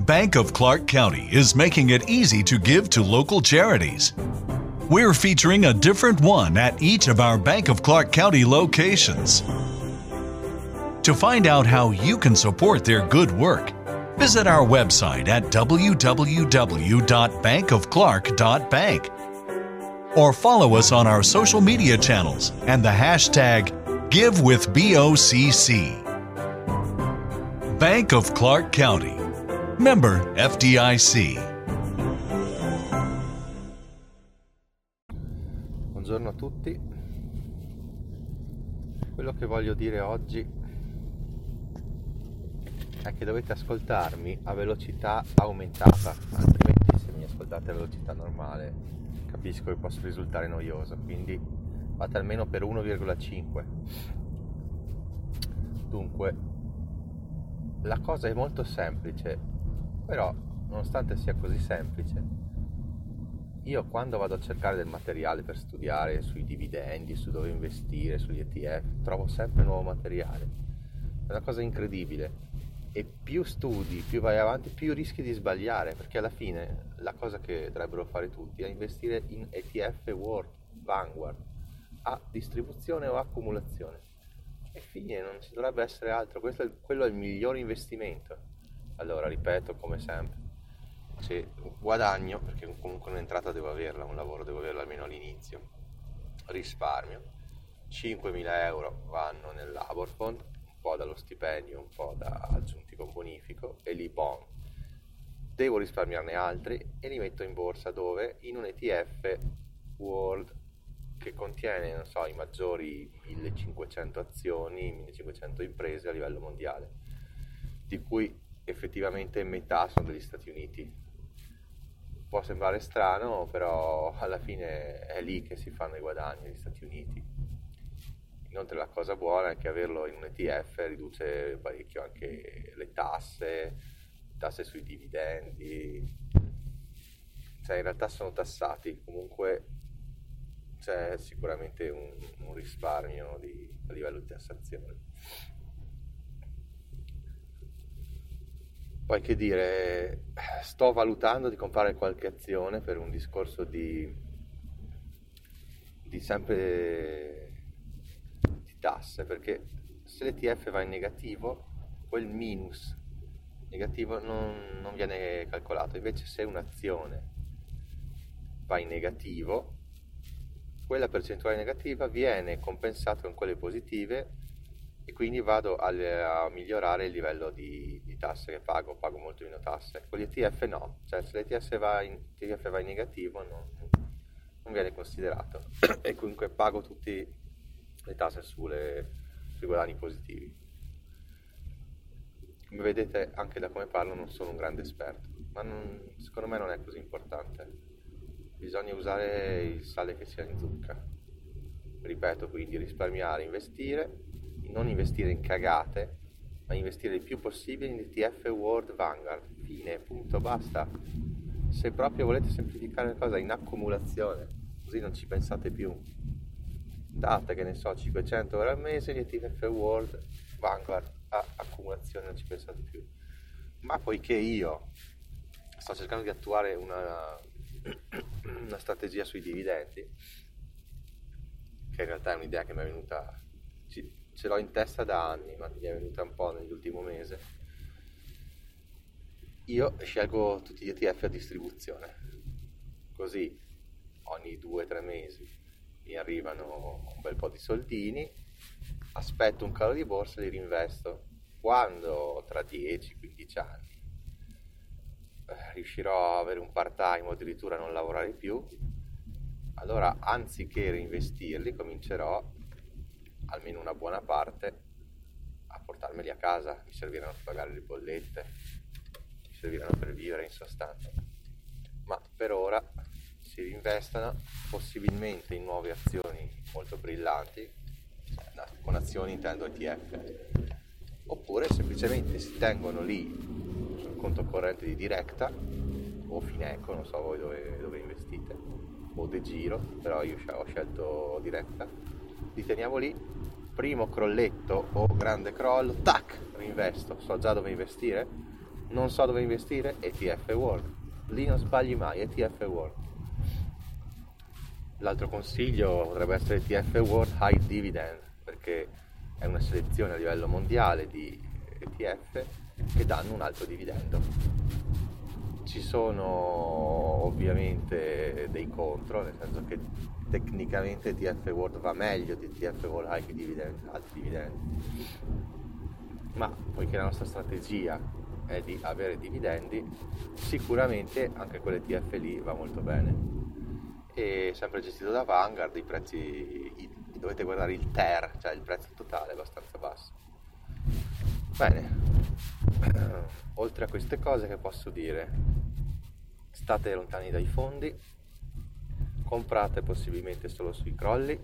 Bank of Clark County is making it easy to give to local charities. We're featuring a different one at each of our Bank of Clark County locations. To find out how you can support their good work, visit our website at www.bankofclark.bank or follow us on our social media channels and the hashtag GiveWithBOCC. Bank of Clark County. Member FDIC. Buongiorno a tutti. Quello che voglio dire oggi è che dovete ascoltarmi a velocità aumentata, altrimenti se mi ascoltate a velocità normale capisco che posso risultare noioso, quindi fate almeno per 1,5. Dunque, la cosa è molto semplice, però nonostante sia così semplice, io quando vado a cercare del materiale per studiare sui dividendi, su dove investire, sugli ETF, trovo sempre nuovo materiale. È una cosa incredibile. E più studi, più vai avanti, più rischi di sbagliare, perché alla fine la cosa che dovrebbero fare tutti è investire in ETF World Vanguard, a distribuzione o accumulazione. E fine, non ci dovrebbe essere altro, quello è il miglior investimento. Allora, ripeto, come sempre, se guadagno, perché comunque un'entrata devo averla, un lavoro devo averlo almeno all'inizio, risparmio, 5.000 euro vanno nel Labor Fund, un po' dallo stipendio, un po' da aggiunti con bonifico, e li bon. Devo risparmiarne altri e li metto in borsa, dove? In un ETF World che contiene, non so, i maggiori 1500 azioni, 1500 imprese a livello mondiale, di cui effettivamente metà sono degli Stati Uniti. Può sembrare strano, però alla fine è lì che si fanno i guadagni, negli Stati Uniti. Inoltre la cosa buona è che averlo in un ETF riduce parecchio anche le tasse sui dividendi, cioè in realtà sono tassati, comunque c'è sicuramente un risparmio a livello di tassazione. Poi che dire, sto valutando di comprare qualche azione per un discorso di sempre di tasse, perché se l'ETF va in negativo, quel minus negativo non viene calcolato. Invece se un'azione va in negativo, quella percentuale negativa viene compensata con quelle positive e quindi vado a migliorare il livello di tasse che pago molto meno tasse. Con gli ETF no, cioè se l'ETF va in negativo non viene considerato e comunque pago tutte le tasse sui guadagni positivi. Come vedete, anche da come parlo non sono un grande esperto, ma secondo me non è così importante. Bisogna usare il sale che sia in zucca. Ripeto, quindi risparmiare, investire, non investire in cagate, ma investire il più possibile in ETF World Vanguard. Fine, punto, basta. Se proprio volete semplificare la cosa, in accumulazione, così non ci pensate più. Date, che ne so, 500 euro al mese, gli ETF World Vanguard a accumulazione, non ci pensate più. Ma poiché io sto cercando di attuare una strategia sui dividendi, che in realtà è un'idea che mi è venuta, ce l'ho in testa da anni, ma mi è venuta un po' nell'ultimo mese. Io scelgo tutti gli ETF a distribuzione, così ogni 2-3 mesi mi arrivano un bel po' di soldini, aspetto un calo di borsa e li rinvesto. Quando tra 10-15 anni riuscirò a avere un part time o addirittura non lavorare più, allora anziché reinvestirli comincerò almeno una buona parte a portarmeli a casa. Mi serviranno per pagare le bollette, mi serviranno per vivere in sostanza, ma per ora si rinvestano possibilmente in nuove azioni molto brillanti, con azioni intendo ETF, oppure semplicemente si tengono lì sul conto corrente di Directa o Fineco, non so voi dove investite, o De Giro, però io ho scelto Directa. Li teniamo lì, primo crolletto o grande crollo, tac, rinvesto, so già dove investire, Non so dove investire, ETF World. Lì non sbagli mai, ETF World. L'altro consiglio potrebbe essere ETF World High Dividend, perché è una selezione a livello mondiale di ETF che danno un alto dividendo. Ci sono ovviamente dei contro, nel senso che tecnicamente ETF World va meglio di ETF World High Dividend, alti dividendi, ma poiché la nostra strategia è di avere dividendi, sicuramente anche quell'ETF lì va molto bene. E sempre gestito da Vanguard, i prezzi, dovete guardare il TER, cioè il prezzo totale è abbastanza basso. Bene, oltre a queste cose che posso dire, state lontani dai fondi, comprate possibilmente solo sui crolli,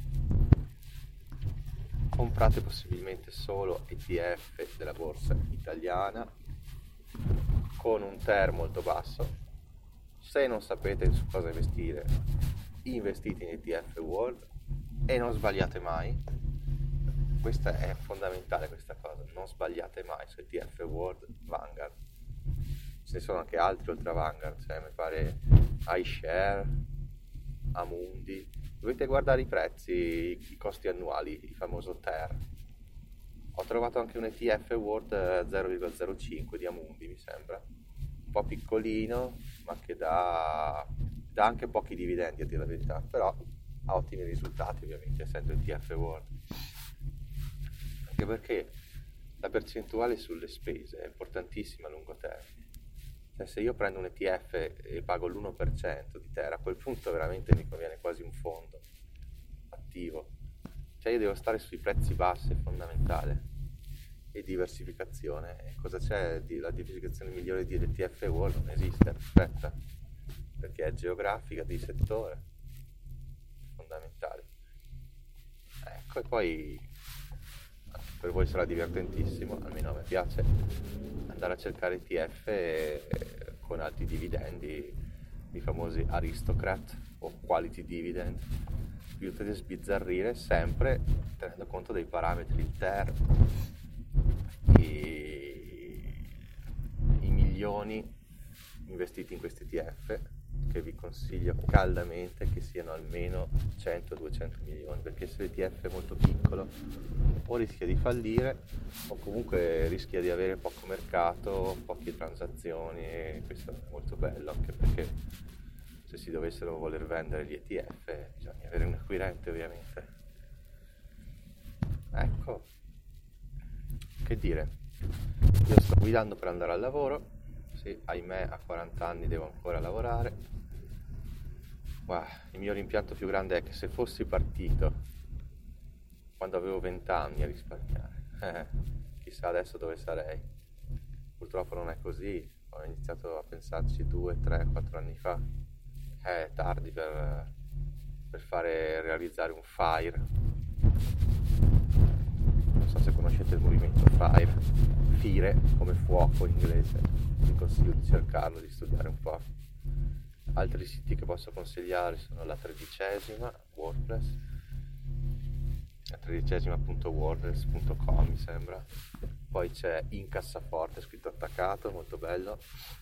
comprate possibilmente solo ETF della borsa italiana con un TER molto basso. Se non sapete su cosa investire, investite in ETF World e non sbagliate mai. Questa è fondamentale, questa cosa, non sbagliate mai su ETF World, Vanguard. Ce ne sono anche altri oltre a Vanguard, mi pare iShare, Amundi. Dovete guardare i prezzi, i costi annuali, il famoso TER. Ho trovato anche un ETF World 0,05 di Amundi, mi sembra, un po' piccolino, ma che dà anche pochi dividendi, a dire la verità, però ha ottimi risultati, ovviamente, essendo ETF World. Anche perché la percentuale sulle spese è importantissima a lungo termine. Cioè, se io prendo un ETF e pago l'1% di TER, a quel punto veramente mi conviene quasi un fondo attivo. Cioè io devo stare sui prezzi bassi, è fondamentale. E diversificazione. E cosa c'è? La diversificazione migliore di ETF World non esiste, perfetta, perché è geografica, di settore, fondamentale. Ecco, e poi per voi sarà divertentissimo, almeno a me piace, andare a cercare ETF con alti dividendi, i famosi aristocrat o quality dividend. Vi potete sbizzarrire sempre tenendo conto dei parametri, il TER, i milioni investiti in questi ETF, che vi consiglio caldamente che siano almeno 100-200 milioni, perché se l'ETF è molto piccolo o rischia di fallire o comunque rischia di avere poco mercato, poche transazioni, e questo è molto bello, anche perché se si dovessero voler vendere gli ETF bisogna avere un acquirente, ovviamente. Ecco, che dire, io sto guidando per andare al lavoro. Sì, ahimè, a 40 anni devo ancora lavorare. Il mio rimpianto più grande è che se fossi partito quando avevo 20 anni a risparmiare, chissà adesso dove sarei. Purtroppo non è così, ho iniziato a pensarci 2, 3, 4 anni fa. È tardi per realizzare un FIRE. Non so se conoscete il movimento FIRE come fuoco in inglese. Vi consiglio di cercarlo, di studiare un po'. Altri siti che posso consigliare sono la 13ª, WordPress, la 13ª.wordpress.com mi sembra. Poi c'è Incassaforte, scritto attaccato, molto bello.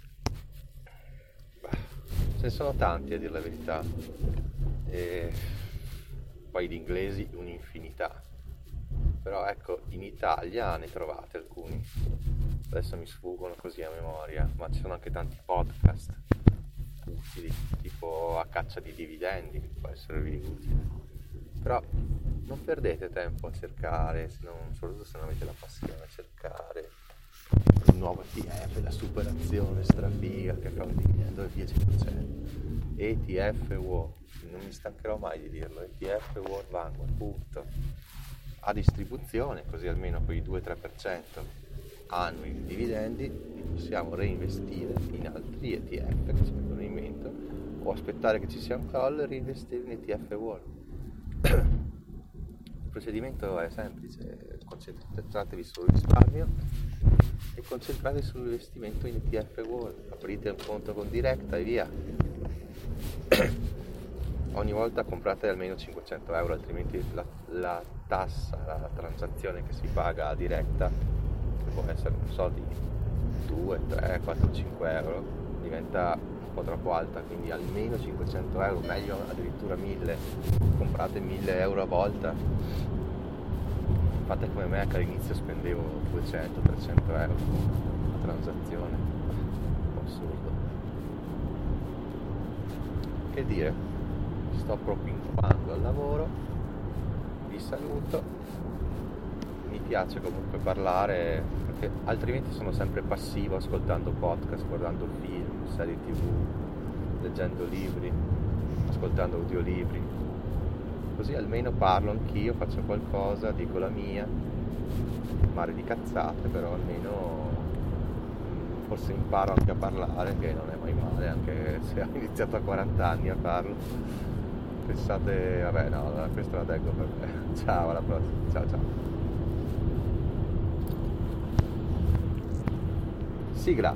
Ce ne sono tanti, a dire la verità, e poi di inglesi un'infinità, però ecco, in Italia ne trovate alcuni, adesso mi sfuggono così a memoria, ma ci sono anche tanti podcast utili, tipo A caccia di dividendi, che può esservi utile. Però non perdete tempo a cercare, soprattutto se non avete la passione, a cercare il nuovo ETF, la superazione strafiga che fa un dividendo del 10%. ETF World, non mi stancherò mai di dirlo, ETF World Vanguard, punto. A distribuzione, così almeno quei 2-3% annui di dividendi li possiamo reinvestire in altri ETF che ci vengono in mente, o aspettare che ci sia un crollo e reinvestire in ETF World. Il procedimento è semplice: concentratevi sul risparmio e concentratevi sull'investimento in ETF World, aprite un conto con Directa e via. Ogni volta comprate almeno 500 euro, altrimenti la tassa, la transazione che si paga a Directa, che può essere, non so, di 2, 3, 4, 5 euro diventa un po' troppo alta, quindi almeno 500 euro, meglio addirittura 1000, comprate 1000 euro a volta. Fate come me, che all'inizio spendevo 200-300 euro a transazione, un po' assurdo. Che dire, sto propinquando al lavoro, vi saluto, mi piace comunque parlare, perché altrimenti sono sempre passivo ascoltando podcast, guardando film, serie tv, leggendo libri, ascoltando audiolibri. Così almeno parlo anch'io, faccio qualcosa, dico la mia, mare di cazzate, però almeno forse imparo anche a parlare, che non è mai male, anche se ho iniziato a 40 anni a farlo. Pensate, vabbè no, questa la tengo per me. Ciao, alla prossima, ciao ciao. Sigla.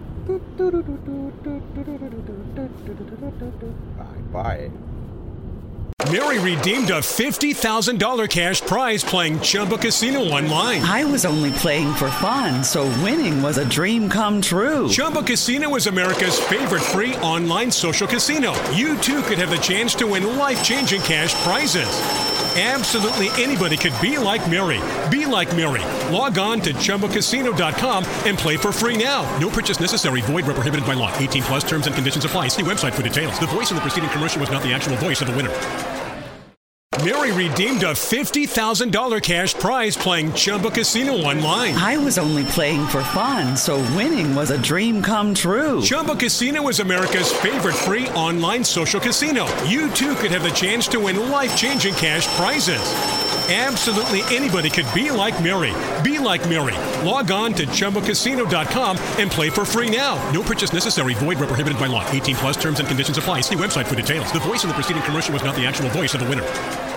Bye bye. Mary redeemed a $50,000 cash prize playing Chumba Casino online. I was only playing for fun, so winning was a dream come true. Chumba Casino is America's favorite free online social casino. You too could have the chance to win life-changing cash prizes. Absolutely anybody could be like Mary. Be like Mary. Log on to ChumbaCasino.com and play for free now. No purchase necessary. Void where prohibited by law. 18 plus terms and conditions apply. See website for details. The voice in the preceding commercial was not the actual voice of the winner. Mary redeemed a $50,000 cash prize playing Chumba Casino online. I was only playing for fun, so winning was a dream come true. Chumba Casino is America's favorite free online social casino. You too could have the chance to win life-changing cash prizes. Absolutely anybody could be like Mary. Be like Mary. Log on to ChumbaCasino.com and play for free now. No purchase necessary. Void where prohibited by law. 18 plus terms and conditions apply. See website for details. The voice in the preceding commercial was not the actual voice of the winner.